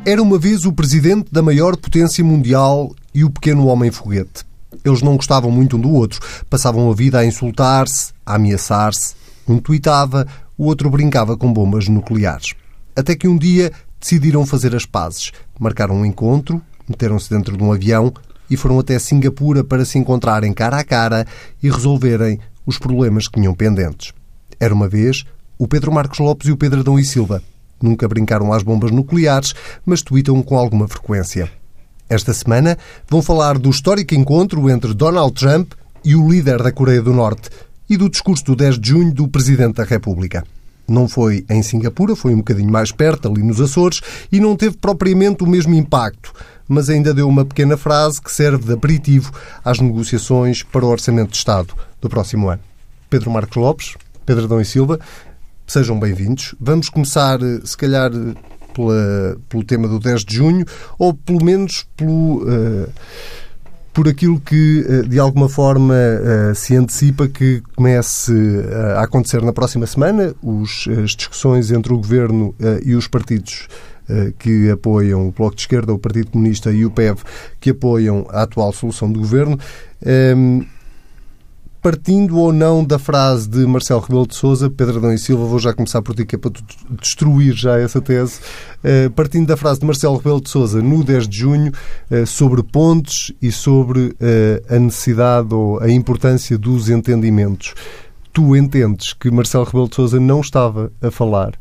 Era uma vez o presidente da maior potência mundial e o pequeno homem-foguete. Eles não gostavam muito um do outro. Passavam a vida a insultar-se, a ameaçar-se. Um tuitava, o outro brincava com bombas nucleares. Até que um dia decidiram fazer as pazes. Marcaram um encontro, meteram-se dentro de um avião e foram até Singapura para se encontrarem cara a cara e resolverem os problemas que tinham pendentes. Era uma vez o Pedro Marcos Lopes e o Pedro Adão e Silva. Nunca brincaram às bombas nucleares, mas tweetam com alguma frequência. Esta semana vão falar do histórico encontro entre Donald Trump e o líder da Coreia do Norte e do discurso do 10 de junho do Presidente da República. Não foi em Singapura, foi um bocadinho mais perto, ali nos Açores, e não teve propriamente o mesmo impacto, mas ainda deu uma pequena frase que serve de aperitivo às negociações para o Orçamento de Estado do próximo ano. Pedro Marcos Lopes, Pedro Adão e Silva, sejam bem-vindos. Vamos começar, se calhar, pelo tema do 10 de junho, ou pelo menos por aquilo que, de alguma forma, se antecipa que comece a acontecer na próxima semana, as discussões entre o Governo e os partidos que apoiam o Bloco de Esquerda, o Partido Comunista e o PEV, que apoiam a atual solução do Governo. Partindo ou não da frase de Marcelo Rebelo de Sousa, Pedro Adão e Silva, vou já começar por ti, que é para tu destruir já essa tese. Partindo da frase de Marcelo Rebelo de Sousa no 10 de junho, sobre pontes e sobre a necessidade ou a importância dos entendimentos. Tu entendes que Marcelo Rebelo de Sousa não estava a falar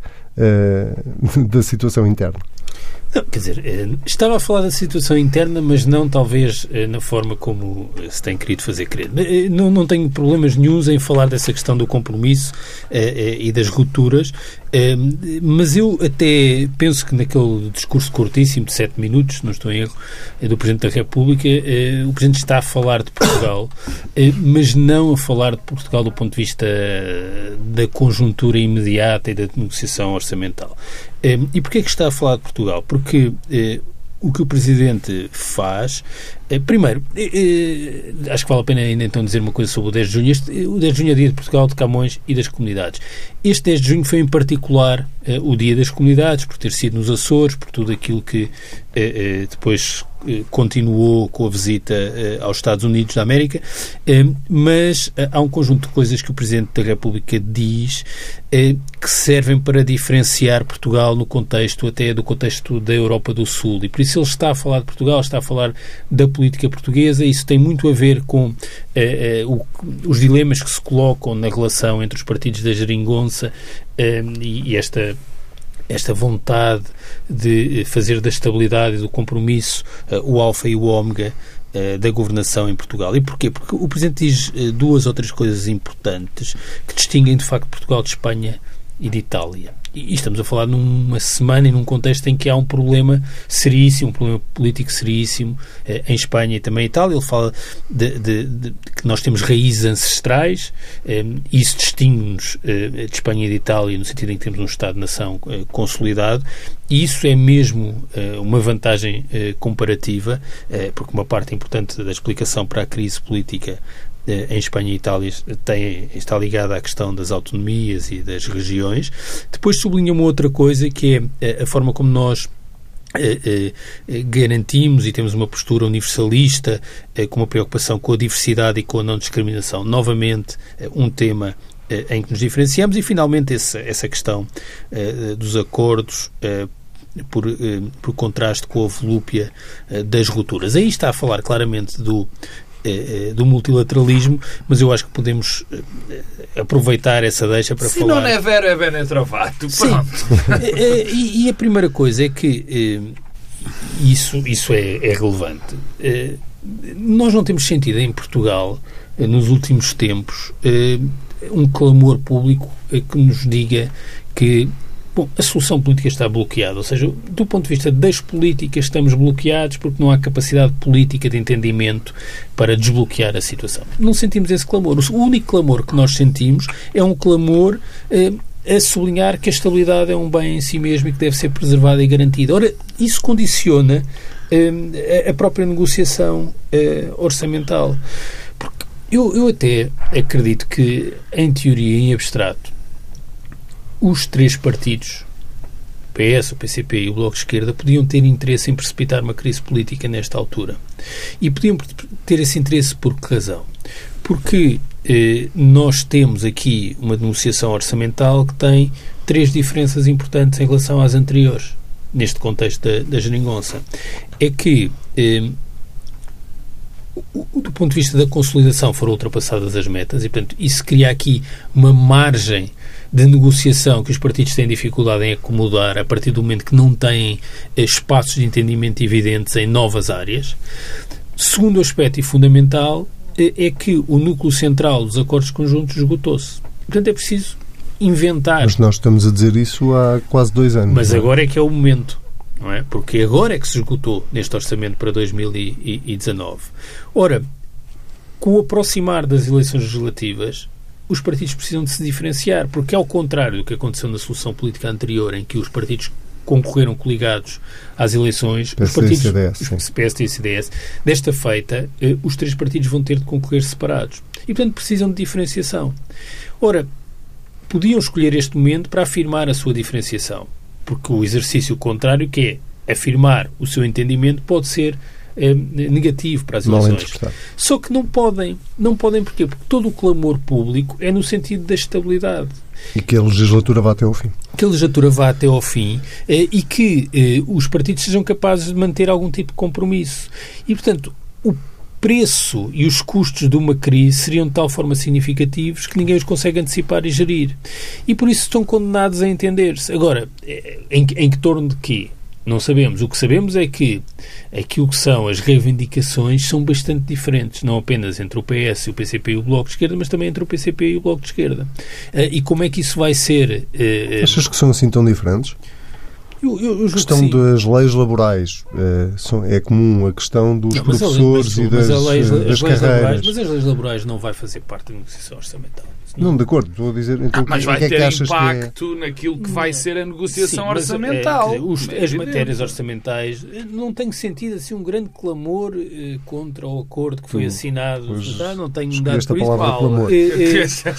da situação interna? Não, quer dizer, estava a falar da situação interna, mas não talvez na forma como se tem querido fazer crer. Não tenho problemas nenhuns em falar dessa questão do compromisso e das rupturas, mas eu até penso que naquele discurso curtíssimo de 7 minutos, não estou em erro, do Presidente da República, o Presidente está a falar de Portugal, mas não a falar de Portugal do ponto de vista da conjuntura imediata e da negociação orçamental. E porquê é que está a falar de Portugal? Porque o que o Presidente faz... Primeiro, acho que vale a pena ainda então dizer uma coisa sobre o 10 de junho. O 10 de junho é dia de Portugal, de Camões e das comunidades. Este 10 de junho foi em particular o dia das comunidades, por ter sido nos Açores, por tudo aquilo que depois continuou com a visita aos Estados Unidos da América, mas há um conjunto de coisas que o Presidente da República diz que servem para diferenciar Portugal no contexto, até do contexto da Europa do Sul, e por isso ele está a falar de Portugal, está a falar da política portuguesa. Isso tem muito a ver com os dilemas que se colocam na relação entre os partidos da geringonça e esta vontade de fazer da estabilidade e do compromisso o alfa e o ômega da governação em Portugal. E porquê? Porque o Presidente diz duas ou três coisas importantes que distinguem de facto Portugal de Espanha e de Itália. E estamos a falar numa semana e num contexto em que há um problema seríssimo, um problema político seríssimo em Espanha e também em Itália. Ele fala de que nós temos raízes ancestrais, e isso distingue-nos de Espanha e de Itália no sentido em que temos um Estado-nação consolidado, e isso é mesmo uma vantagem comparativa, porque uma parte importante da explicação para a crise política em Espanha e Itália está ligada à questão das autonomias e das regiões. Depois sublinha uma outra coisa, que é a forma como nós garantimos e temos uma postura universalista, com uma preocupação com a diversidade e com a não discriminação. Novamente, um tema em que nos diferenciamos. E, finalmente, essa questão dos acordos por contraste com a volúpia das rupturas. Aí está a falar claramente do multilateralismo, mas eu acho que podemos aproveitar essa deixa para falar... Se não é vero, é bene trovato. Pronto. E a primeira coisa é que isso é relevante. Nós não temos sentido em Portugal, nos últimos tempos, um clamor público que nos diga que a solução política está bloqueada, ou seja, do ponto de vista das políticas estamos bloqueados porque não há capacidade política de entendimento para desbloquear a situação. Não sentimos esse clamor. O único clamor que nós sentimos é um clamor a sublinhar que a estabilidade é um bem em si mesmo e que deve ser preservada e garantida. Ora, isso condiciona a própria negociação orçamental. Porque eu até acredito que, em teoria, em abstrato, os três partidos, PS, o PCP e o Bloco de Esquerda podiam ter interesse em precipitar uma crise política nesta altura. E podiam ter esse interesse por que razão? Porque nós temos aqui uma negociação orçamental que tem 3 diferenças importantes em relação às anteriores, neste contexto da geringonça. É que, do ponto de vista da consolidação, foram ultrapassadas as metas e, portanto, isso cria aqui uma margem de negociação que os partidos têm dificuldade em acomodar a partir do momento que não têm espaços de entendimento evidentes em novas áreas. Segundo aspecto e fundamental é que o núcleo central dos acordos conjuntos esgotou-se. Portanto, é preciso inventar. Mas nós estamos a dizer isso há quase 2 anos. Mas agora é que é o momento, não é? Porque agora é que se esgotou neste orçamento para 2019. Ora, com o aproximar das eleições legislativas, os partidos precisam de se diferenciar, porque ao contrário do que aconteceu na solução política anterior, em que os partidos concorreram coligados às eleições, os partidos PSD e CDS, desta feita, os 3 partidos vão ter de concorrer separados. E, portanto, precisam de diferenciação. Ora, podiam escolher este momento para afirmar a sua diferenciação, porque o exercício contrário, que é afirmar o seu entendimento, pode ser negativo para as eleições. Só que não podem. Não podem porquê? Porque todo o clamor público é no sentido da estabilidade. E que a legislatura vá até ao fim. Que a legislatura vá até ao fim e que os partidos sejam capazes de manter algum tipo de compromisso. E, portanto, o preço e os custos de uma crise seriam de tal forma significativos que ninguém os consegue antecipar e gerir. E por isso estão condenados a entender-se. Agora, em que torno de quê? Não sabemos. O que sabemos é que aquilo que são as reivindicações são bastante diferentes, não apenas entre o PS, o PCP e o Bloco de Esquerda, mas também entre o PCP e o Bloco de Esquerda. E como é que isso vai ser... Achas que são assim tão diferentes? A questão das leis laborais é comum, a questão dos professores e das carreiras. Mas as leis laborais não vai fazer parte da negociação orçamental. Não, de acordo, estou a dizer... Então, mas vai ter impacto naquilo que vai ser a negociação orçamental. As matérias orçamentais não tem sentido assim um grande clamor contra o acordo que foi assinado. Não tenho dado por isso.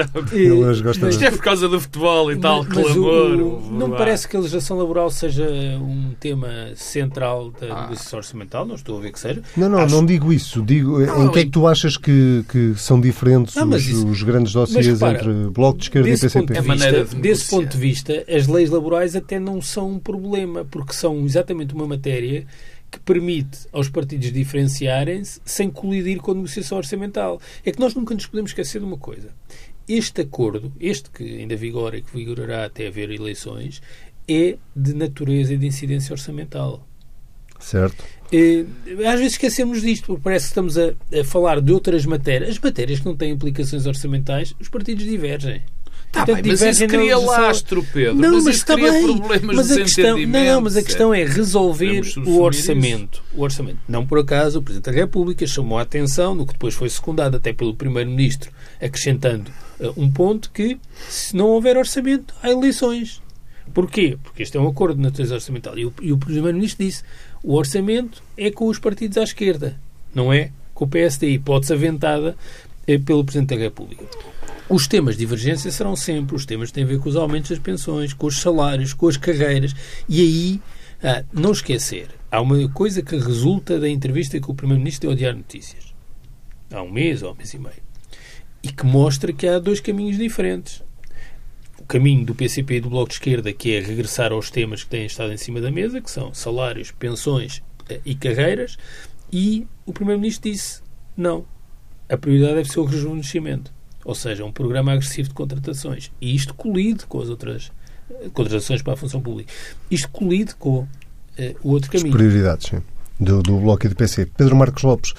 Isto é por causa do futebol e tal, clamor. Não parece que a legislação laboral seja um tema central da negociação orçamental, não estou a ver que seja. Não digo isso. Digo em que é que tu achas que são diferentes os grandes dossiês entre Bloco de Esquerda e PCP? Desse ponto de vista, as leis laborais até não são um problema, porque são exatamente uma matéria que permite aos partidos diferenciarem-se sem colidir com a negociação orçamental. É que nós nunca nos podemos esquecer de uma coisa. Este acordo, este que ainda vigora e que vigorará até haver eleições, é de natureza e de incidência orçamental. Certo. Às vezes esquecemos disto, porque parece que estamos a falar de outras matérias. As matérias que não têm implicações orçamentais, os partidos divergem. Mas isso cria lastro, Pedro. Mas isso cria problemas de desentendimento. Mas a questão é resolver o orçamento. Não por acaso, o Presidente da República chamou a atenção, no que depois foi secundado até pelo Primeiro-Ministro, acrescentando um ponto que, se não houver orçamento, há eleições. Porquê? Porque este é um acordo de natureza orçamental. E o Primeiro-Ministro disse: o orçamento é com os partidos à esquerda, não é com o PSD. Hipótese aventada pelo Presidente da República. Os temas de divergência serão sempre os temas que têm a ver com os aumentos das pensões, com os salários, com as carreiras. E aí, não esquecer, há uma coisa que resulta da entrevista que o Primeiro-Ministro deu ao Diário de Notícias, há um mês ou um mês e meio, e que mostra que há 2 caminhos diferentes. O caminho do PCP e do Bloco de Esquerda, que é regressar aos temas que têm estado em cima da mesa, que são salários, pensões e carreiras, e o Primeiro-Ministro disse: não, a prioridade deve ser o rejuvenescimento, ou seja, um programa agressivo de contratações. E isto colide com as outras contratações para a função pública. Isto colide com o outro caminho. As prioridades, sim, do Bloco e do PC. Pedro Marcos Lopes,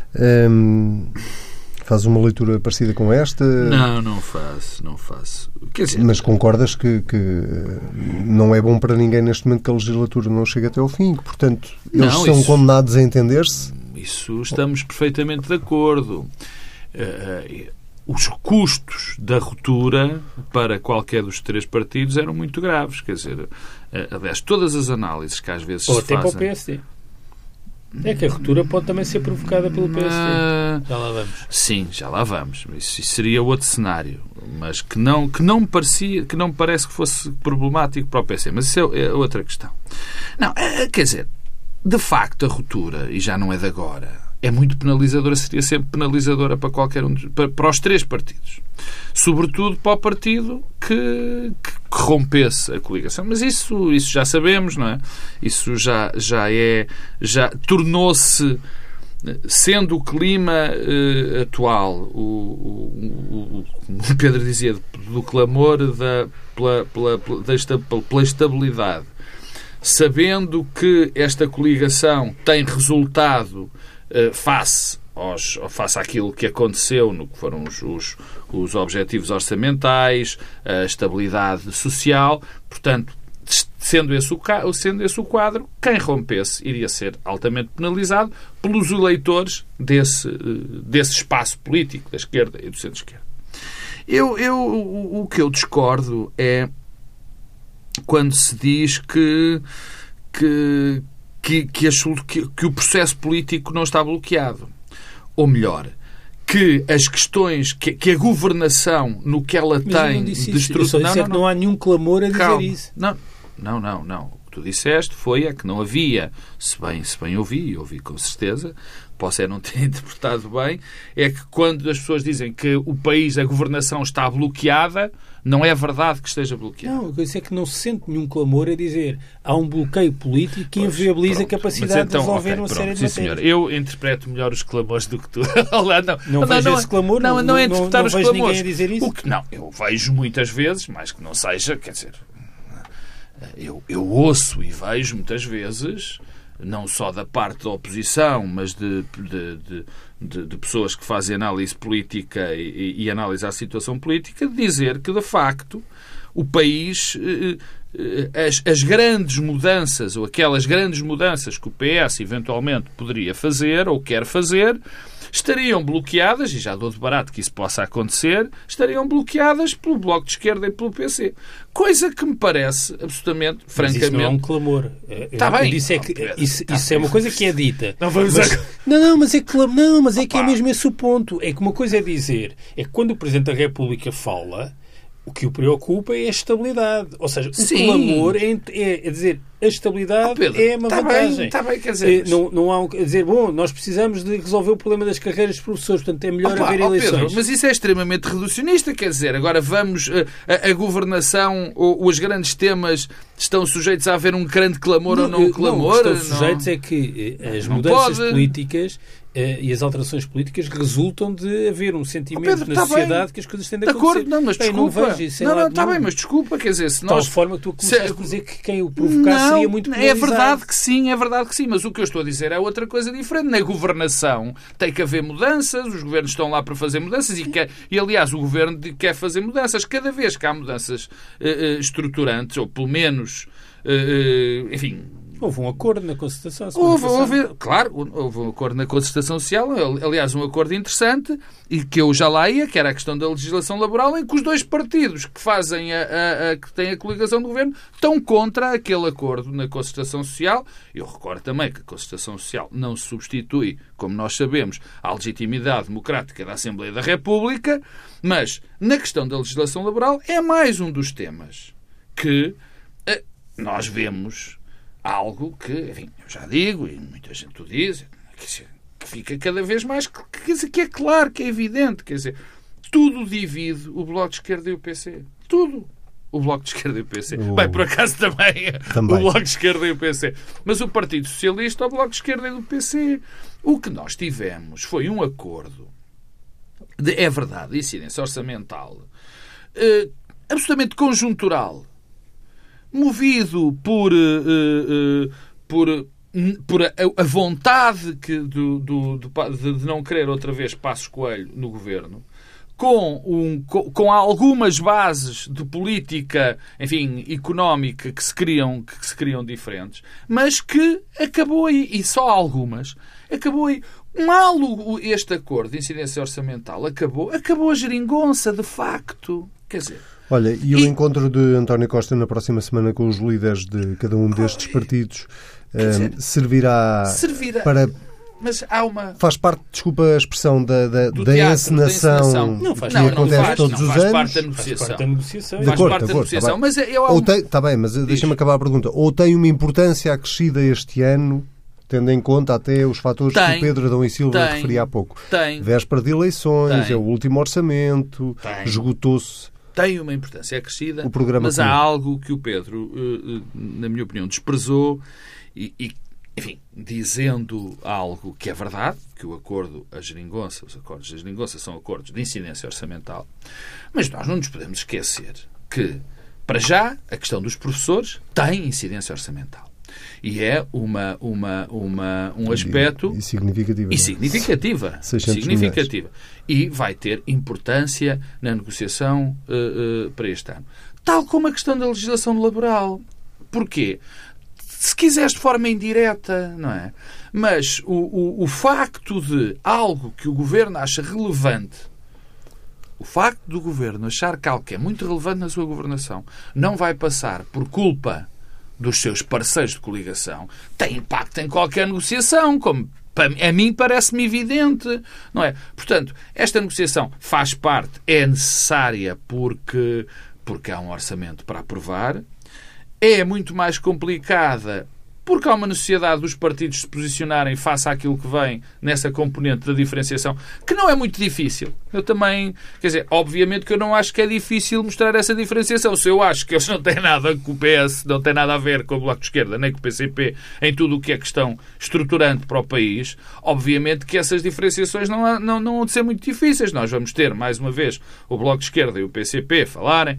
faz uma leitura parecida com esta? Não faço. Quer dizer, mas concordas que não é bom para ninguém neste momento que a legislatura não chegue até ao fim, que, portanto, eles são condenados a entender-se? Isso estamos perfeitamente de acordo. Os custos da ruptura para qualquer dos 3 partidos eram muito graves. Quer dizer, aliás, todas as análises que às vezes ou se até fazem... para o PSD. É que a ruptura pode também ser provocada pelo PSD. Já lá vamos. Sim, já lá vamos. Isso seria outro cenário. Mas que não me parece que fosse problemático para o PSD. Mas isso é outra questão. Não, quer dizer, de facto, a ruptura, e já não é de agora, é muito penalizadora, seria sempre penalizadora para qualquer um, para os três partidos. Sobretudo para o partido que rompesse a coligação. Mas isso já sabemos, não é? Isso já tornou-se, sendo o clima atual, o Pedro dizia, do clamor pela estabilidade, sabendo que esta coligação tem resultado face àquilo que aconteceu no que foram os objetivos orçamentais, a estabilidade social. Portanto, sendo esse o quadro, quem rompesse iria ser altamente penalizado pelos eleitores desse espaço político, da esquerda e do centro-esquerda. O que eu discordo é quando se diz que o processo político não está bloqueado. Ou melhor, que as questões, que a governação, no que ela tem de estrutura... Não há nenhum clamor a dizer isso. Não. O que tu disseste foi que não havia, se bem ouvi com certeza, posso não ter interpretado bem, é que quando as pessoas dizem que o país, a governação está bloqueada, não é verdade que esteja bloqueada. Não, isso é que não se sente nenhum clamor a dizer há um bloqueio político que inviabiliza a capacidade de resolver uma série de matérias. Senhor, eu interpreto melhor os clamores do que tu. Não vejo esse clamor? Não é interpretar os clamores. Ninguém a dizer isso? Não, eu vejo muitas vezes, mas que não seja, quer dizer, eu ouço e vejo muitas vezes, não só da parte da oposição, mas de pessoas que fazem análise política e análise à situação política, dizer que, de facto, o país, as grandes mudanças, ou aquelas grandes mudanças que o PS eventualmente poderia fazer ou quer fazer, estariam bloqueadas, e já dou de barato que isso possa acontecer, estariam bloqueadas pelo Bloco de Esquerda e pelo PC. Coisa que me parece absolutamente, francamente... Mas isso não é um clamor. Está bem. Isso é uma coisa que é dita. Mas é que é mesmo esse o ponto. É que uma coisa é dizer, é que quando o Presidente da República fala, o que o preocupa é a estabilidade. Ou seja, o clamor é dizer a estabilidade é uma vantagem. Está bem, quer dizer... Não há dizer, nós precisamos de resolver o problema das carreiras de professores, portanto é melhor haver eleições. Pedro, mas isso é extremamente reducionista, quer dizer, agora vamos... A governação ou os grandes temas estão sujeitos a haver um grande clamor ou não um clamor? Não, estão sujeitos é que as mudanças políticas e as alterações políticas resultam de haver um sentimento na sociedade que as coisas têm de acontecer. Não, mas desculpa. Não vejo isso. Está bem, mas desculpa, quer dizer, se nós... De tal forma que tu começaste a dizer que quem o provocasse seria muito penalizado. É verdade que sim, mas o que eu estou a dizer é outra coisa diferente. Na governação tem que haver mudanças, os governos estão lá para fazer mudanças e aliás, o governo quer fazer mudanças. Cada vez que há mudanças estruturantes, ou pelo menos, enfim... Houve um acordo na concertação. Houve um acordo na concertação social, aliás, um acordo interessante, e que eu já lá ia, que era a questão da legislação laboral, em que os dois partidos que fazem que têm a coligação do governo estão contra aquele acordo na concertação social. Eu recordo também que a concertação social não se substitui, como nós sabemos, à legitimidade democrática da Assembleia da República, mas na questão da legislação laboral é mais um dos temas que nós vemos algo que, enfim, eu já digo, e muita gente o diz, que fica cada vez mais, que é claro, que é evidente, quer dizer, tudo divide o Bloco de Esquerda e o PC. Tudo. O Bloco de Esquerda e o PC. Bem, por acaso também. O Bloco de Esquerda e o PC. Mas o Partido Socialista, o Bloco de Esquerda e o PC. O que nós tivemos foi um acordo é verdade, de incidência orçamental, absolutamente conjuntural, movido por a vontade de não querer outra vez Passos Coelho no governo, com algumas bases de política, enfim, económica que se criam diferentes, mas que acabou aí, e só algumas, acabou aí. Mal este acordo de incidência orçamental acabou a geringonça, de facto. Quer dizer... Olha, e o encontro de António Costa na próxima semana com os líderes de cada um destes partidos servirá para... Mas há uma... Faz parte, desculpa a expressão, da encenação que acontece todos os anos. Faz parte da negociação. Faz parte da negociação. Mas está bem, mas deixa-me acabar a pergunta. Ou tem uma importância acrescida este ano, tendo em conta até os fatores que o Pedro Adão e Silva referia há pouco. Véspera de eleições, é o último orçamento, esgotou-se. Tem uma importância acrescida, mas há algo que o Pedro, na minha opinião, desprezou e enfim, dizendo algo que é verdade, que o acordo, os acordos da geringonça são acordos de incidência orçamental, mas nós não nos podemos esquecer que, para já, a questão dos professores tem incidência orçamental. E é um aspecto... E significativa. E significativa. Significativa. E vai ter importância na negociação para este ano. Tal como a questão da legislação laboral. Porquê? Se quiseres de forma indireta, não é? Mas o facto de algo que o Governo acha relevante, o facto do Governo achar que algo que é muito relevante na sua governação não vai passar por culpa dos seus parceiros de coligação, tem impacto em qualquer negociação, como a mim parece-me evidente, não é? Portanto, esta negociação faz parte, é necessária porque há um orçamento para aprovar, é muito mais complicada porque há uma necessidade dos partidos se posicionarem face àquilo que vem nessa componente da diferenciação, que não é muito difícil. Eu também, quer dizer, obviamente que eu não acho que é difícil mostrar essa diferenciação. Se eu acho que eles não têm nada com o PS, não têm nada a ver com o Bloco de Esquerda, nem com o PCP, em tudo o que é questão estruturante para o país, obviamente que essas diferenciações não vão de ser muito difíceis. Nós vamos ter, mais uma vez, o Bloco de Esquerda e o PCP falarem,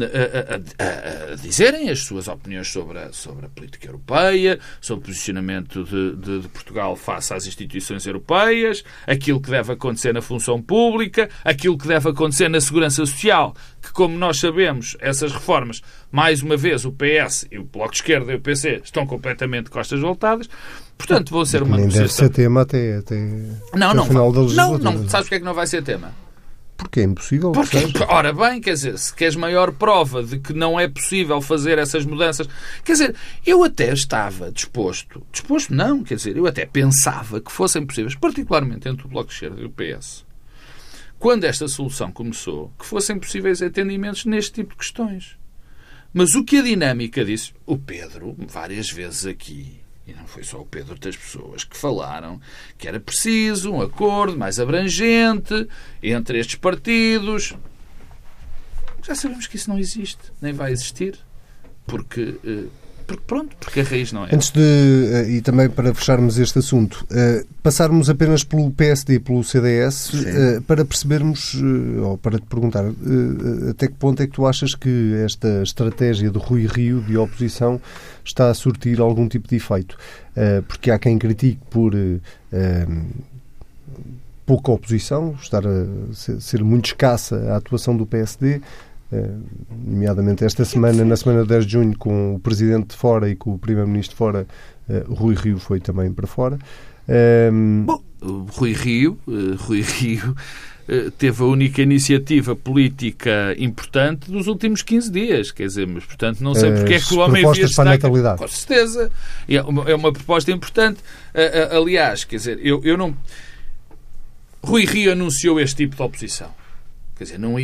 a dizerem as suas opiniões sobre a política europeia, sobre o posicionamento de Portugal face às instituições europeias, aquilo que deve acontecer na função pública, aquilo que deve acontecer na segurança social, que, como nós sabemos, essas reformas, mais uma vez, o PS e o Bloco de Esquerda e o PC estão completamente de costas voltadas. Portanto, vão ser uma negociação. Deve ser tema até o final da legislatura. Não, sabes porque é que não vai ser tema? Porque é impossível. Ora bem, quer dizer, se queres maior prova de que não é possível fazer essas mudanças... Quer dizer, eu até estava disposto não, quer dizer, eu até pensava que fossem possíveis, particularmente entre o Bloco de Esquerda e o PS, quando esta solução começou, que fossem possíveis entendimentos neste tipo de questões. Mas o que a dinâmica disse... O Pedro, várias vezes aqui... E não foi só o Pedro, das pessoas que falaram que era preciso um acordo mais abrangente entre estes partidos. Já sabemos que isso não existe, nem vai existir, porque a raiz não é. Antes e também para fecharmos este assunto, passarmos apenas pelo PSD e pelo CDS, para percebermos, ou para te perguntar, até que ponto é que tu achas que esta estratégia do Rui Rio de oposição está a surtir algum tipo de efeito? Porque há quem critique por pouca oposição, estar a ser muito escassa a atuação do PSD, nomeadamente esta semana, na semana de 10 de junho, com o Presidente de fora e com o Primeiro-Ministro de fora, Rui Rio foi também para fora. Bom, Rui Rio teve a única iniciativa política importante dos últimos 15 dias, quer dizer, mas, portanto, não sei porque é que o homem havia de estar... Com certeza. É uma proposta importante. Aliás, quer dizer, eu não... Rui Rio anunciou este tipo de oposição. Quer dizer, não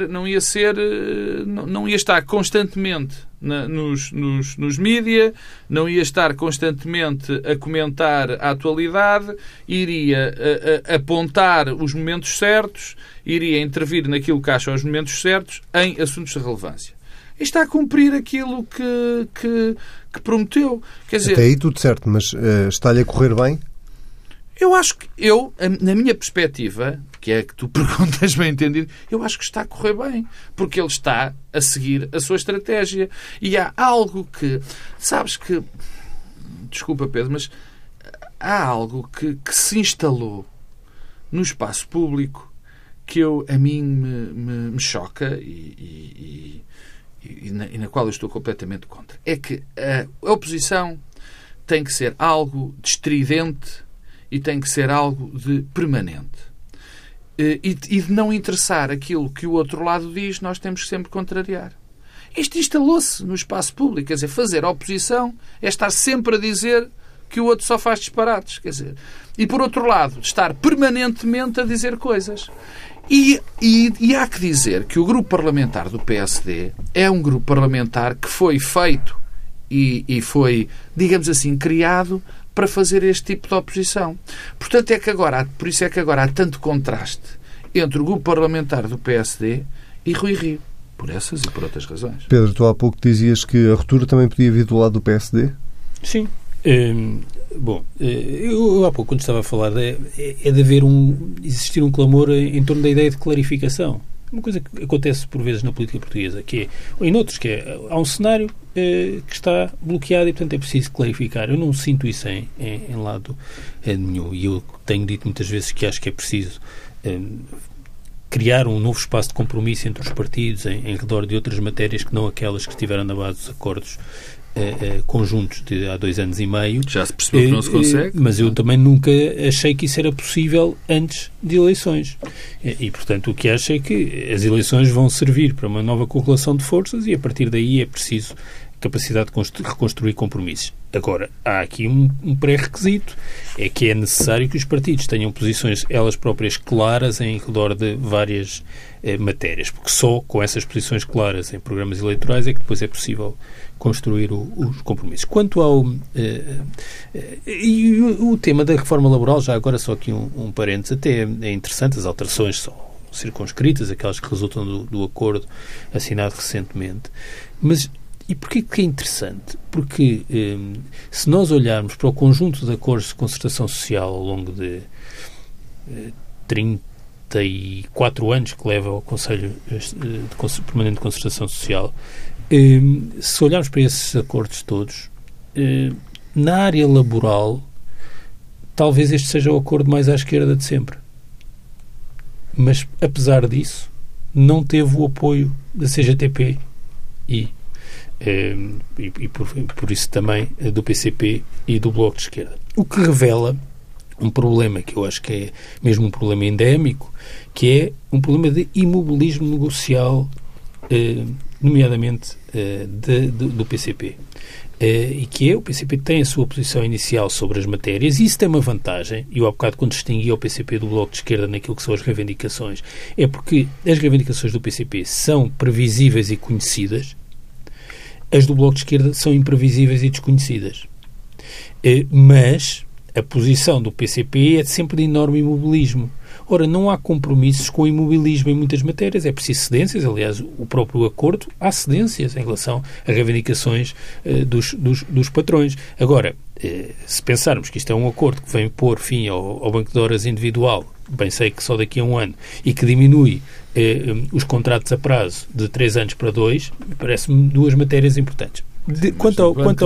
ia estar constantemente nos mídia, não ia estar constantemente a comentar a atualidade, iria apontar os momentos certos, iria intervir naquilo que acha os momentos certos em assuntos de relevância. E está a cumprir aquilo que prometeu. Quer dizer, até aí tudo certo, mas está-lhe a correr bem? Eu acho que na minha perspectiva, que é a que tu perguntas bem entendido, eu acho que está a correr bem, porque ele está a seguir a sua estratégia. E há algo que, sabes que, desculpa Pedro, mas há algo que se instalou no espaço público que a mim me choca e na qual eu estou completamente contra. É que a oposição tem que ser algo de estridente e tem que ser algo de permanente. E de não interessar aquilo que o outro lado diz, nós temos que sempre contrariar. Isto instalou-se no espaço público. Quer dizer, fazer oposição é estar sempre a dizer que o outro só faz disparates. Quer dizer, e, por outro lado, estar permanentemente a dizer coisas. E há que dizer que o grupo parlamentar do PSD é um grupo parlamentar que foi feito e foi, digamos assim, criado para fazer este tipo de oposição. Portanto, por isso é que agora há tanto contraste entre o grupo parlamentar do PSD e Rui Rio. Por essas e por outras razões. Pedro, tu há pouco dizias que a ruptura também podia vir do lado do PSD? Sim. Eu há pouco, quando estava a falar, é de existir um clamor em torno da ideia de clarificação. Uma coisa que acontece por vezes na política portuguesa, ou em outros, que é, há um cenário que está bloqueado e, portanto, é preciso clarificar. Eu não sinto isso em lado nenhum. E eu tenho dito muitas vezes que acho que é preciso criar um novo espaço de compromisso entre os partidos em redor de outras matérias que não aquelas que estiveram na base dos acordos conjuntos de há 2 anos e meio. Já se percebeu que não se consegue. Mas eu também nunca achei que isso era possível antes de eleições. E, portanto, o que acho é que as eleições vão servir para uma nova correlação de forças e, a partir daí, é preciso capacidade de reconstruir compromissos. Agora, há aqui um pré-requisito, é que é necessário que os partidos tenham posições elas próprias claras em redor de várias matérias, porque só com essas posições claras em programas eleitorais é que depois é possível construir os compromissos. Quanto ao o tema da reforma laboral, já agora só aqui um parênteses, até é interessante, as alterações são circunscritas, aquelas que resultam do acordo assinado recentemente, mas e porquê que é interessante? Porque se nós olharmos para o conjunto de acordos de concertação social ao longo de 34 anos que leva ao Conselho Permanente de Concertação Social, se olharmos para esses acordos todos, na área laboral, talvez este seja o acordo mais à esquerda de sempre. Mas, apesar disso, não teve o apoio da CGTP e por isso também do PCP e do Bloco de Esquerda. O que revela um problema que eu acho que é mesmo um problema endémico, que é um problema de imobilismo negocial, nomeadamente do PCP. E que é, o PCP tem a sua posição inicial sobre as matérias, e isso tem uma vantagem, e eu há bocado quando distingui o PCP do Bloco de Esquerda naquilo que são as reivindicações, é porque as reivindicações do PCP são previsíveis e conhecidas, as do Bloco de Esquerda são imprevisíveis e desconhecidas. Mas a posição do PCP é sempre de enorme imobilismo. Ora, não há compromissos com o imobilismo em muitas matérias, é preciso cedências. Aliás, o próprio acordo, há cedências em relação a reivindicações dos patrões. Agora, se pensarmos que isto é um acordo que vem pôr fim ao banco de horas individual, bem sei que só daqui a 1 ano, e que diminui os contratos a prazo de 3 anos para 2, parece-me 2 matérias importantes. Quanto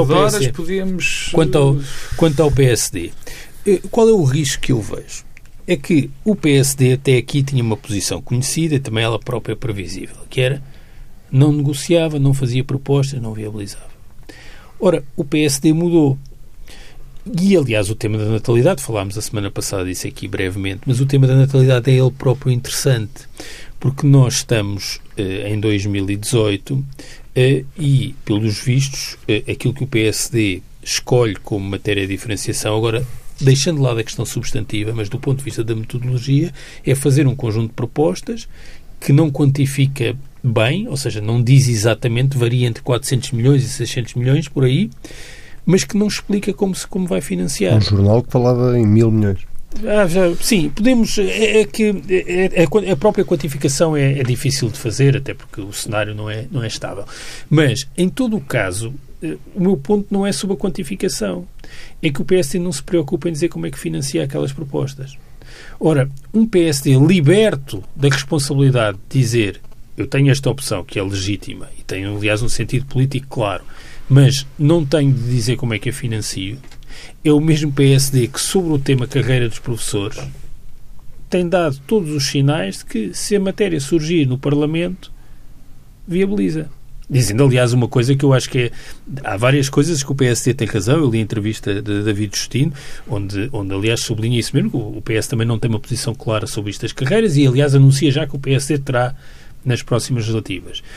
ao PSD, qual é o risco que eu vejo? É que o PSD até aqui tinha uma posição conhecida e também ela própria previsível, que era não negociava, não fazia propostas, não viabilizava. Ora, o PSD mudou. E, aliás, o tema da natalidade, falámos a semana passada disso aqui brevemente, mas o tema da natalidade é ele próprio interessante, porque nós estamos em 2018 e, pelos vistos, aquilo que o PSD escolhe como matéria de diferenciação, agora, deixando de lado a questão substantiva, mas do ponto de vista da metodologia, é fazer um conjunto de propostas que não quantifica bem, ou seja, não diz exatamente, varia entre 400 milhões e 600 milhões, por aí, mas que não explica como vai financiar. Um jornal que falava em 1.000 milhões. Sim, podemos... a própria quantificação é difícil de fazer, até porque o cenário não é estável. Mas, em todo o caso, o meu ponto não é sobre a quantificação. É que o PSD não se preocupa em dizer como é que financia aquelas propostas. Ora, um PSD liberto da responsabilidade de dizer eu tenho esta opção que é legítima e tenho, aliás, um sentido político claro, mas não tenho de dizer como é que a financio, é o mesmo PSD que, sobre o tema carreira dos professores, tem dado todos os sinais de que, se a matéria surgir no Parlamento, viabiliza. Dizendo, aliás, uma coisa que eu acho que é... Há várias coisas que o PSD tem razão. Eu li a entrevista de David Justino, onde aliás, sublinha isso mesmo, que o PS também não tem uma posição clara sobre estas carreiras e, aliás, anuncia já que o PSD terá nas próximas legislativas.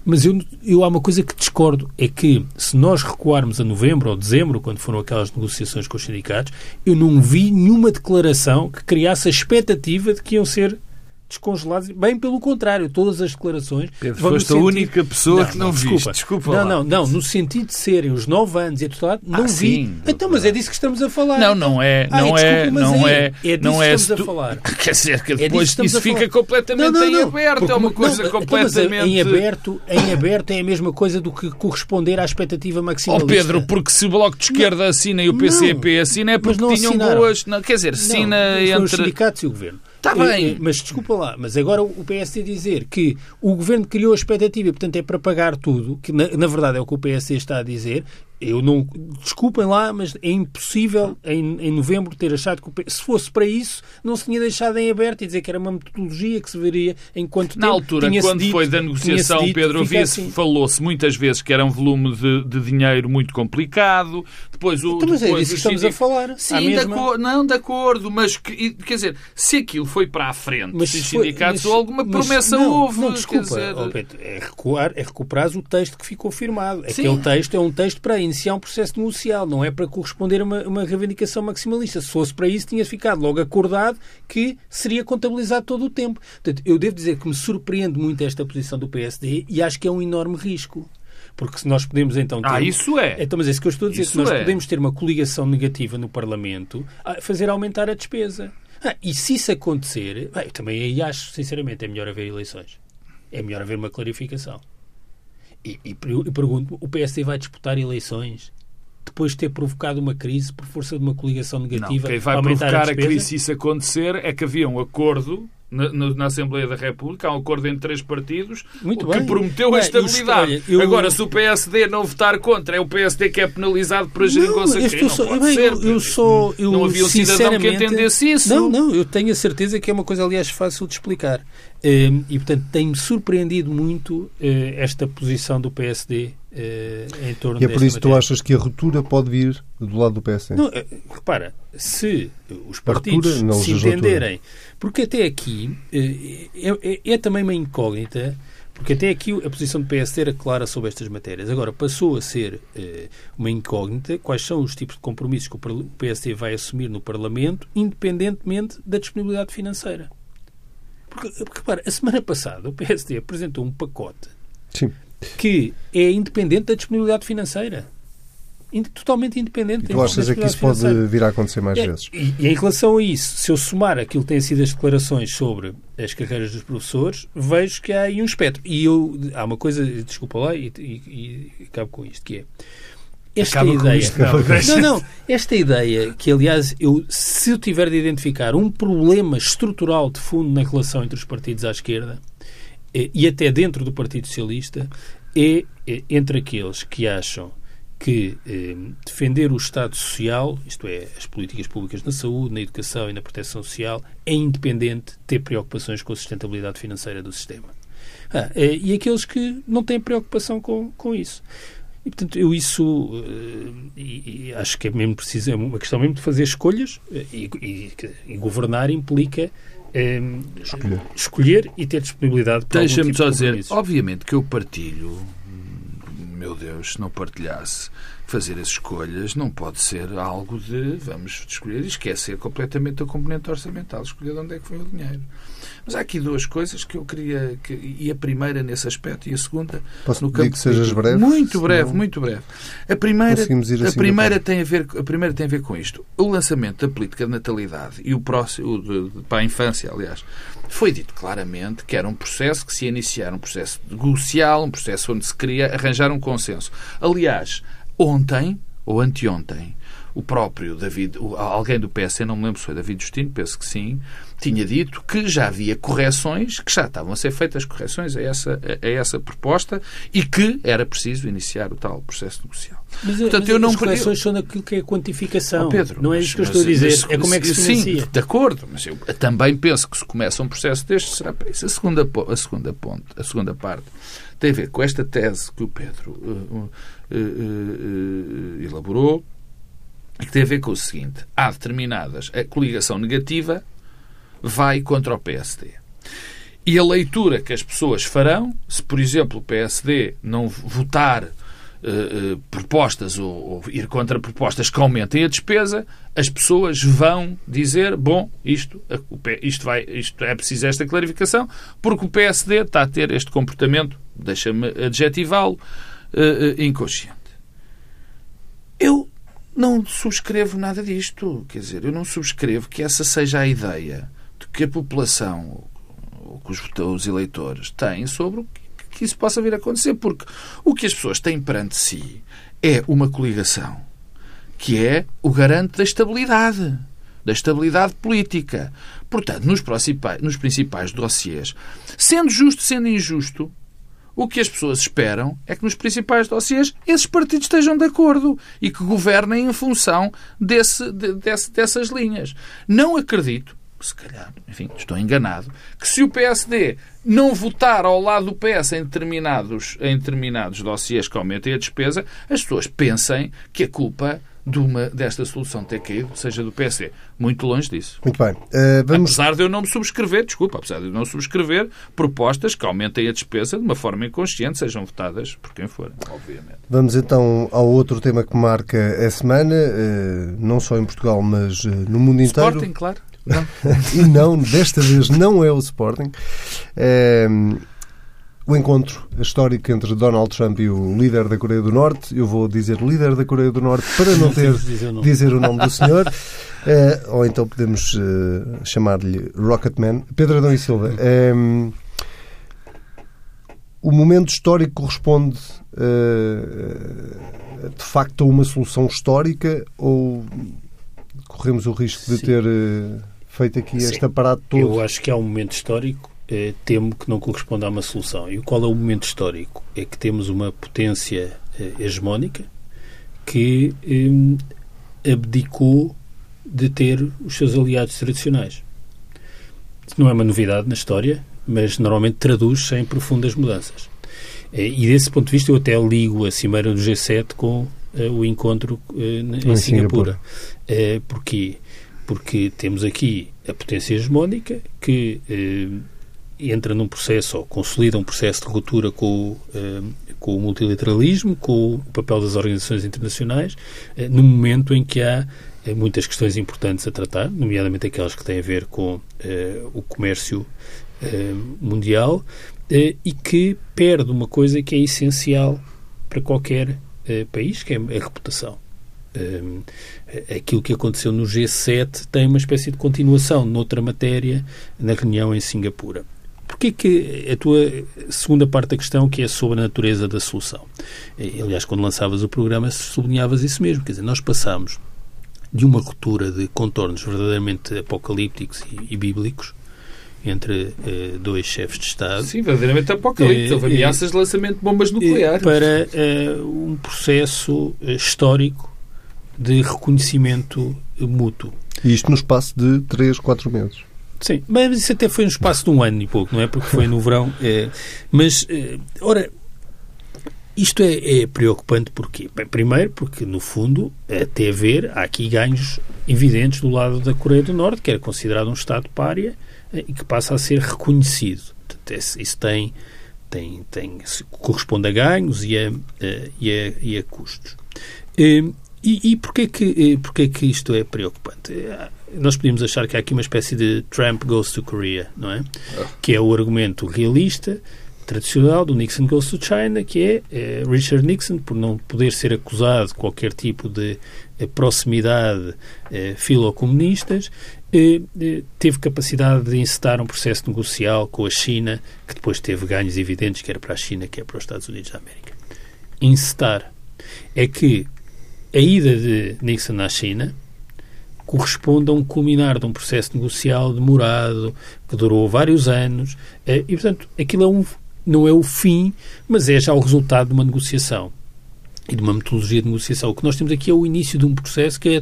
Mas eu há uma coisa que discordo, é que se nós recuarmos a novembro ou dezembro, quando foram aquelas negociações com os sindicatos, eu não vi nenhuma declaração que criasse a expectativa de que iam ser descongelados. Bem pelo contrário, todas as declarações... Pedro, foste a única pessoa que não viste. Desculpa lá. Não, no sentido de serem os 9 anos e tudo, não vi. Sim, então, mas é disso que estamos a falar. Não é disso que estamos a falar. Quer dizer, que depois isso fica completamente em aberto, é uma coisa completamente... Em aberto é a mesma coisa do que corresponder à expectativa maximalista. Pedro, porque se o Bloco de Esquerda assina e o PCP assina é porque tinham boas... Não, quer dizer, assina entre... os sindicatos e o Governo. Está bem. Mas desculpa lá, mas agora o PSD dizer que o Governo criou a expectativa e, portanto, é para pagar tudo, que na verdade é o que o PSD está a dizer, eu não... Desculpem lá, mas é impossível em novembro ter achado que se fosse para isso, não se tinha deixado em aberto e dizer que era uma metodologia que se veria em quanto tempo. Na altura, quando foi da negociação, Pedro, falou-se muitas vezes que era um volume de dinheiro muito complicado. Depois mas é disso que estamos a falar. Sim, de acordo, mas quer dizer, se aquilo foi para a frente, mas se os sindicatos ou alguma promessa houve. Não, desculpa, Pedro, é recuperar o texto que ficou firmado. Aquele texto é um texto para iniciar um processo negocial, não é para corresponder a uma reivindicação maximalista. Se fosse para isso, tinha ficado logo acordado que seria contabilizado todo o tempo. Portanto, eu devo dizer que me surpreende muito esta posição do PSD e acho que é um enorme risco. Porque se nós podemos então ter... isso é. Então, mas é isso que eu estou a dizer, que nós podemos ter uma coligação negativa no Parlamento a fazer aumentar a despesa. E se isso acontecer, eu também aí acho, sinceramente, é melhor haver eleições. É melhor haver uma clarificação. E pergunto, o PSD vai disputar eleições depois de ter provocado uma crise por força de uma coligação negativa? Não, quem vai provocar a crise se isso acontecer é que havia um acordo na Assembleia da República, há um acordo entre 3 partidos que prometeu a estabilidade. Agora, se o PSD não votar contra, é o PSD que é penalizado por a geringonça que não pode ser. Não havia um cidadão que entendesse isso. Não, eu tenho a certeza que é uma coisa, aliás, fácil de explicar. E, portanto, tem-me surpreendido muito esta posição do PSD em torno desta E é por isso que tu achas que a ruptura pode vir do lado do PSD? Não, repara, se os partidos se entenderem... Porque até aqui é também uma incógnita, porque até aqui a posição do PSD era clara sobre estas matérias. Agora passou a ser uma incógnita quais são os tipos de compromissos que o PSD vai assumir no Parlamento, independentemente da disponibilidade financeira. Porque repara, a semana passada o PSD apresentou um pacote que é independente da disponibilidade financeira. Totalmente independente. E tu achas que isso pode vir a acontecer mais vezes? E em relação a isso, se eu somar aquilo que têm sido as declarações sobre as carreiras dos professores, vejo que há aí um espectro. E há uma coisa, desculpa lá, e acabo com isto, que é esta ideia que, aliás, se eu tiver de identificar um problema estrutural de fundo na relação entre os partidos à esquerda e até dentro do Partido Socialista, é entre aqueles que acham que defender o Estado Social, isto é, as políticas públicas na saúde, na educação e na proteção social, é independente de ter preocupações com a sustentabilidade financeira do sistema. E aqueles que não têm preocupação com isso. E, portanto, eu acho que é mesmo preciso, é uma questão mesmo de fazer escolhas e governar implica escolher e ter disponibilidade para algum tipo de compromisso. Deixa-me só dizer, obviamente que eu partilho... Meu Deus, se não partilhasse, fazer as escolhas não pode ser algo de vamos escolher e esquecer completamente a componente orçamental, escolher de onde é que foi o dinheiro. Mas há aqui 2 coisas que eu queria... e a primeira nesse aspecto e a segunda... Posso pedir que sejas breve? Muito breve. A primeira tem a ver com isto. O lançamento da política de natalidade e o próximo, para a infância, aliás, foi dito claramente que era um processo que se ia iniciar, um processo negocial, um processo onde se queria arranjar um consenso. Aliás, ontem ou anteontem, o próprio alguém do PS, não me lembro se foi David Justino, penso que sim, tinha dito que já havia correções, que já estavam a ser feitas correções a essa proposta e que era preciso iniciar o tal processo negocial. Mas as correções são naquilo que é a quantificação. Pedro, não é isso que eu estou a dizer. É como é que se financia. Sim, de acordo, mas eu também penso que se começa um processo deste será para isso. A segunda parte tem a ver com esta tese que o Pedro elaborou e que tem a ver com o seguinte: há determinadas... A coligação negativa vai contra o PSD. E a leitura que as pessoas farão, se, por exemplo, o PSD não votar propostas ou ir contra propostas que aumentem a despesa, as pessoas vão dizer, bom, isto é preciso esta clarificação, porque o PSD está a ter este comportamento, deixa-me adjetivá-lo, inconsciente. Eu não subscrevo nada disto. Quer dizer, eu não subscrevo que essa seja a ideia de que a população ou que os eleitores têm sobre o que isso possa vir a acontecer, porque o que as pessoas têm perante si é uma coligação que é o garante da estabilidade política. Portanto, nos principais dossiês, sendo justo, sendo injusto, o que as pessoas esperam é que nos principais dossiês esses partidos estejam de acordo e que governem em função dessas linhas. Não acredito, se calhar, enfim, estou enganado, que se o PSD não votar ao lado do PS em determinados dossiês que aumentem a despesa, as pessoas pensem que a culpa desta solução ter caído seja do PSD. Muito longe disso. Muito bem. Apesar de eu não subscrever propostas que aumentem a despesa de uma forma inconsciente, sejam votadas por quem for, obviamente. Vamos então ao outro tema que marca a semana, não só em Portugal, mas no mundo inteiro. Sporting, claro. Não. E não, desta vez não é o Sporting. O encontro histórico entre Donald Trump e o líder da Coreia do Norte. Eu vou dizer líder da Coreia do Norte para não ter de dizer o nome do senhor. Ou então podemos chamar-lhe Rocketman. Pedro Adão e Silva. O momento histórico corresponde de facto a uma solução histórica ou corremos o risco de ter feito aqui este aparato todo? Eu acho que há um momento histórico, temo que não corresponda a uma solução. E qual é o momento histórico? É que temos uma potência hegemónica que abdicou de ter os seus aliados tradicionais. Isso não é uma novidade na história, mas normalmente traduz-se em profundas mudanças. E desse ponto de vista eu até ligo a cimeira do G7 com o encontro em Singapura. Porquê? Porque temos aqui a potência hegemónica que entra num processo, ou consolida um processo de ruptura com o multilateralismo, com o papel das organizações internacionais, no momento em que há muitas questões importantes a tratar, nomeadamente aquelas que têm a ver com o comércio mundial, e que perde uma coisa que é essencial para qualquer país, que é a reputação. Aquilo que aconteceu no G7 tem uma espécie de continuação noutra matéria na reunião em Singapura. Porquê que a tua segunda parte da questão, que é sobre a natureza da solução? Aliás, quando lançavas o programa, sublinhavas isso mesmo. Quer dizer, nós passamos de uma ruptura de contornos verdadeiramente apocalípticos e bíblicos entre dois chefes de Estado. Sim, verdadeiramente apocalípticos. Houve ameaças de lançamento de bombas nucleares. Para um processo histórico de reconhecimento mútuo. E isto no espaço de 3, 4 meses. Sim, mas isso até foi no espaço de um ano e pouco, não é? Porque foi no verão. Mas, ora, isto é preocupante porquê? Bem, primeiro porque, no fundo, até há aqui ganhos evidentes do lado da Coreia do Norte, que era considerado um Estado pária e que passa a ser reconhecido. Portanto, isso corresponde a ganhos e a custos. E porquê que isto é preocupante? Nós podíamos achar que há aqui uma espécie de Trump goes to Korea, não é? Que é o argumento realista, tradicional do Nixon goes to China, que é Richard Nixon, por não poder ser acusado de qualquer tipo de proximidade filocomunistas, teve capacidade de incitar um processo negocial com a China, que depois teve ganhos evidentes, quer para a China, quer para os Estados Unidos da América. Incitar é que a ida de Nixon à China corresponde a um culminar de um processo negocial demorado, que durou vários anos, e, portanto, aquilo não é o fim, mas é já o resultado de uma negociação e de uma metodologia de negociação. O que nós temos aqui é o início de um processo que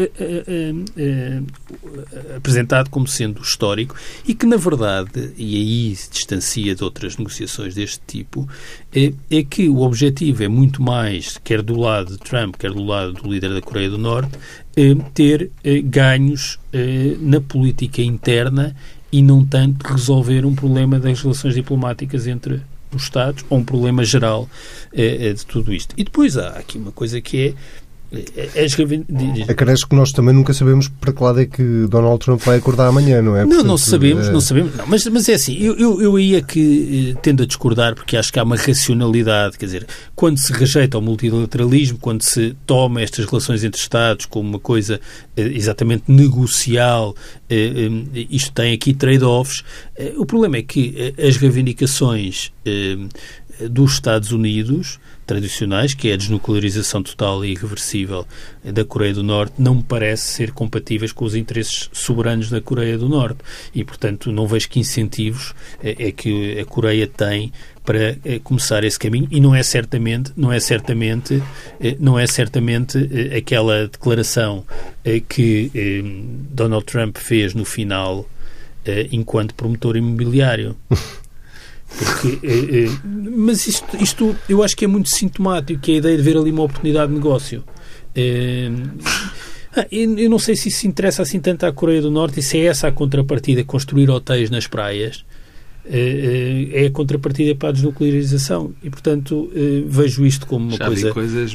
é apresentado como sendo histórico e que, na verdade, e aí se distancia de outras negociações deste tipo, é que o objetivo é muito mais, quer do lado de Trump, quer do lado do líder da Coreia do Norte, ter ganhos na política interna e não tanto resolver um problema das relações diplomáticas entre os Estados ou um problema geral de tudo isto. E depois há aqui uma coisa que é Acresce que nós também nunca sabemos para que lado é que Donald Trump vai acordar amanhã, não é? Portanto, não sabemos. Não, mas é assim, eu aí é que tendo a discordar, porque acho que há uma racionalidade, quer dizer, quando se rejeita o multilateralismo, quando se toma estas relações entre Estados como uma coisa exatamente negocial, isto tem aqui trade-offs. O problema é que as reivindicações dos Estados Unidos tradicionais, que é a desnuclearização total e irreversível da Coreia do Norte, não me parece ser compatíveis com os interesses soberanos da Coreia do Norte. E, portanto, não vejo que incentivos é que a Coreia tem para começar esse caminho, e não é certamente aquela declaração que Donald Trump fez no final enquanto promotor imobiliário. Porque, mas isto eu acho que é muito sintomático, que é a ideia de ver ali uma oportunidade de negócio. Eu não sei se isso interessa assim tanto à Coreia do Norte, e se é essa a contrapartida, construir hotéis nas praias, é a contrapartida para a desnuclearização. E, portanto, vejo isto como uma coisa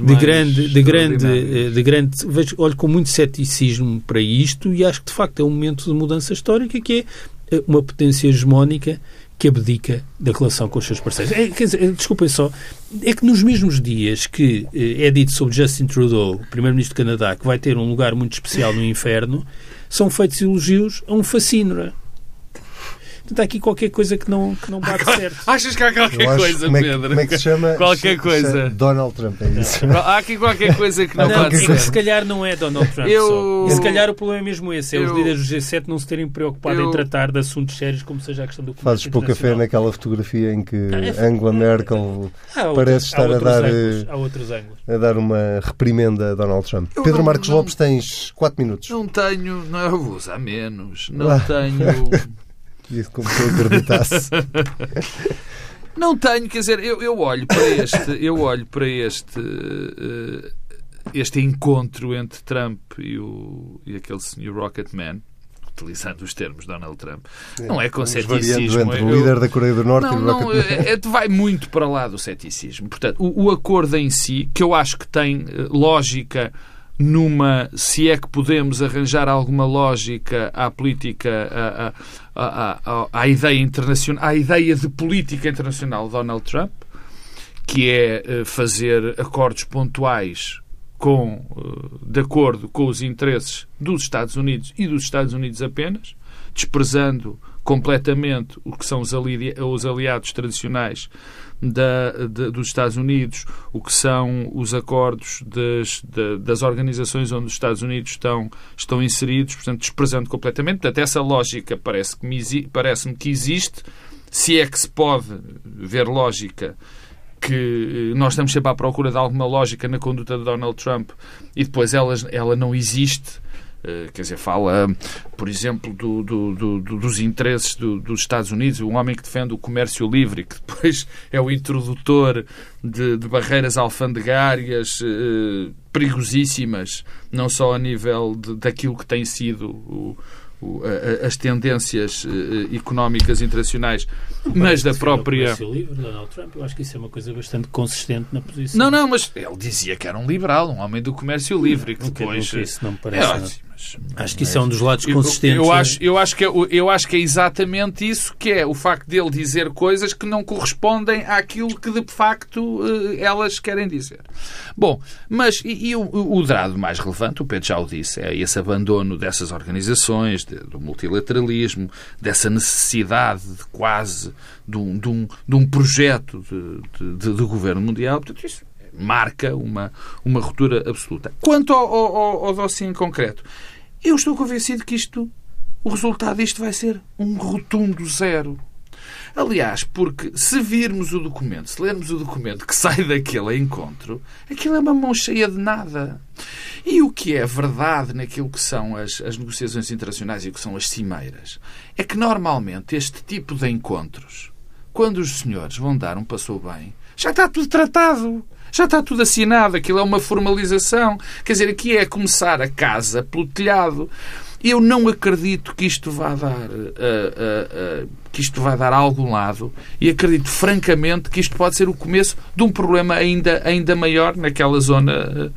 de grande olho com muito ceticismo para isto, e acho que, de facto, é um momento de mudança histórica, que é uma potência hegemónica que abdica da relação com os seus parceiros. Quer dizer, desculpem só, é que nos mesmos dias que é dito sobre Justin Trudeau, Primeiro-Ministro do Canadá, que vai ter um lugar muito especial no inferno, são feitos elogios a um fascínora. Portanto, há aqui qualquer coisa que não bate certo. Achas que há qualquer coisa, Pedro? Como é que se chama? Qualquer coisa. Donald Trump, é isso. Há aqui qualquer coisa que não bate certo. Se calhar não é Donald Trump só. E se calhar o problema é mesmo esse. É os líderes do G7 não se terem preocupado em tratar de assuntos sérios, como seja a questão do comércio internacional. Fazes pouco café naquela fotografia em que Angela Merkel parece estar a dar uma reprimenda a Donald Trump. Pedro Marcos Lopes, tens 4 minutos. Não tenho... eu vou usar menos. Não tenho... Isso como se eu acreditasse. Não tenho, quer dizer, eu olho para este encontro entre Trump e aquele senhor Rocketman, utilizando os termos Donald Trump. Não é com ceticismo. Entre o líder da Coreia do Norte e o Rocketman. Vai muito para lá do ceticismo. Portanto, o acordo em si, que eu acho que tem lógica se é que podemos arranjar alguma lógica à política, à ideia internacional, à ideia de política internacional de Donald Trump, que é fazer acordos pontuais de acordo com os interesses dos Estados Unidos e dos Estados Unidos apenas, desprezando completamente o que são os aliados tradicionais dos Estados Unidos, o que são os acordos das organizações onde os Estados Unidos estão inseridos, portanto, desprezando completamente. Portanto, essa lógica parece-me que existe, se é que se pode ver lógica, que nós estamos sempre à procura de alguma lógica na conduta de Donald Trump e depois ela não existe. Quer dizer, fala, por exemplo, dos interesses dos Estados Unidos, um homem que defende o comércio livre, que depois é o introdutor de barreiras alfandegárias perigosíssimas, não só a nível daquilo que tem sido as tendências económicas internacionais, mas da própria... O livre, Donald Trump, eu acho que isso é uma coisa bastante consistente na posição. Não, mas ele dizia que era um liberal, um homem do comércio livre, que depois... Isso não me parece... Acho que isso é um dos lados consistentes. Eu acho que é exatamente isso, que é o facto dele dizer coisas que não correspondem àquilo que de facto elas querem dizer. Bom, mas o dado mais relevante, o Pedro já o disse, é esse abandono dessas organizações, do multilateralismo, dessa necessidade de um projeto de governo mundial. Portanto, isso marca uma ruptura absoluta. Quanto ao dossiê em concreto, eu estou convencido que o resultado disto vai ser um rotundo zero. Aliás, porque se virmos o documento, se lermos o documento que sai daquele encontro, aquilo é uma mão cheia de nada. E o que é verdade naquilo que são as negociações internacionais e o que são as cimeiras, é que normalmente este tipo de encontros, quando os senhores vão dar um passo bem, já está tudo tratado. Já está tudo assinado, aquilo é uma formalização. Quer dizer, aqui é começar a casa pelo telhado. Eu não acredito que isto vá dar a algum lado e acredito francamente que isto pode ser o começo de um problema ainda maior naquela zona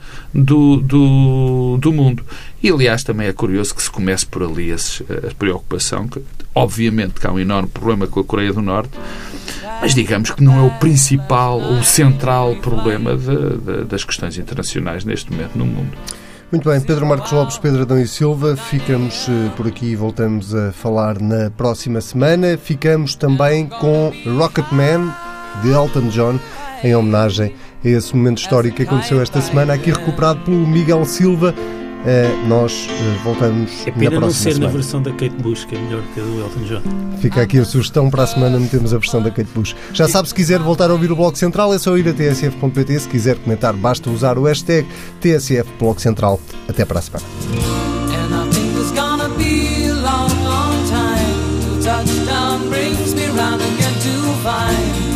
do mundo. E, aliás, também é curioso que se comece por ali a preocupação, que obviamente que há um enorme problema com a Coreia do Norte, mas digamos que não é o principal ou o central problema das questões internacionais neste momento no mundo. Muito bem, Pedro Marcos Lopes, Pedro Adão e Silva, ficamos por aqui e voltamos a falar na próxima semana. Ficamos também com Rocketman, de Elton John, em homenagem a esse momento histórico que aconteceu esta semana, aqui recuperado pelo Miguel Silva. Nós voltamos na próxima semana. É pena não ser na versão da Kate Bush, que é melhor que a do Elton John. Fica aqui a sugestão, para a semana metemos a versão da Kate Bush. Já sabe, se quiser voltar a ouvir o Bloco Central, é só ir a tsf.pt. Se quiser comentar, basta usar o hashtag TSF Bloco Central. Até para a semana. Touchdown brings me round again to find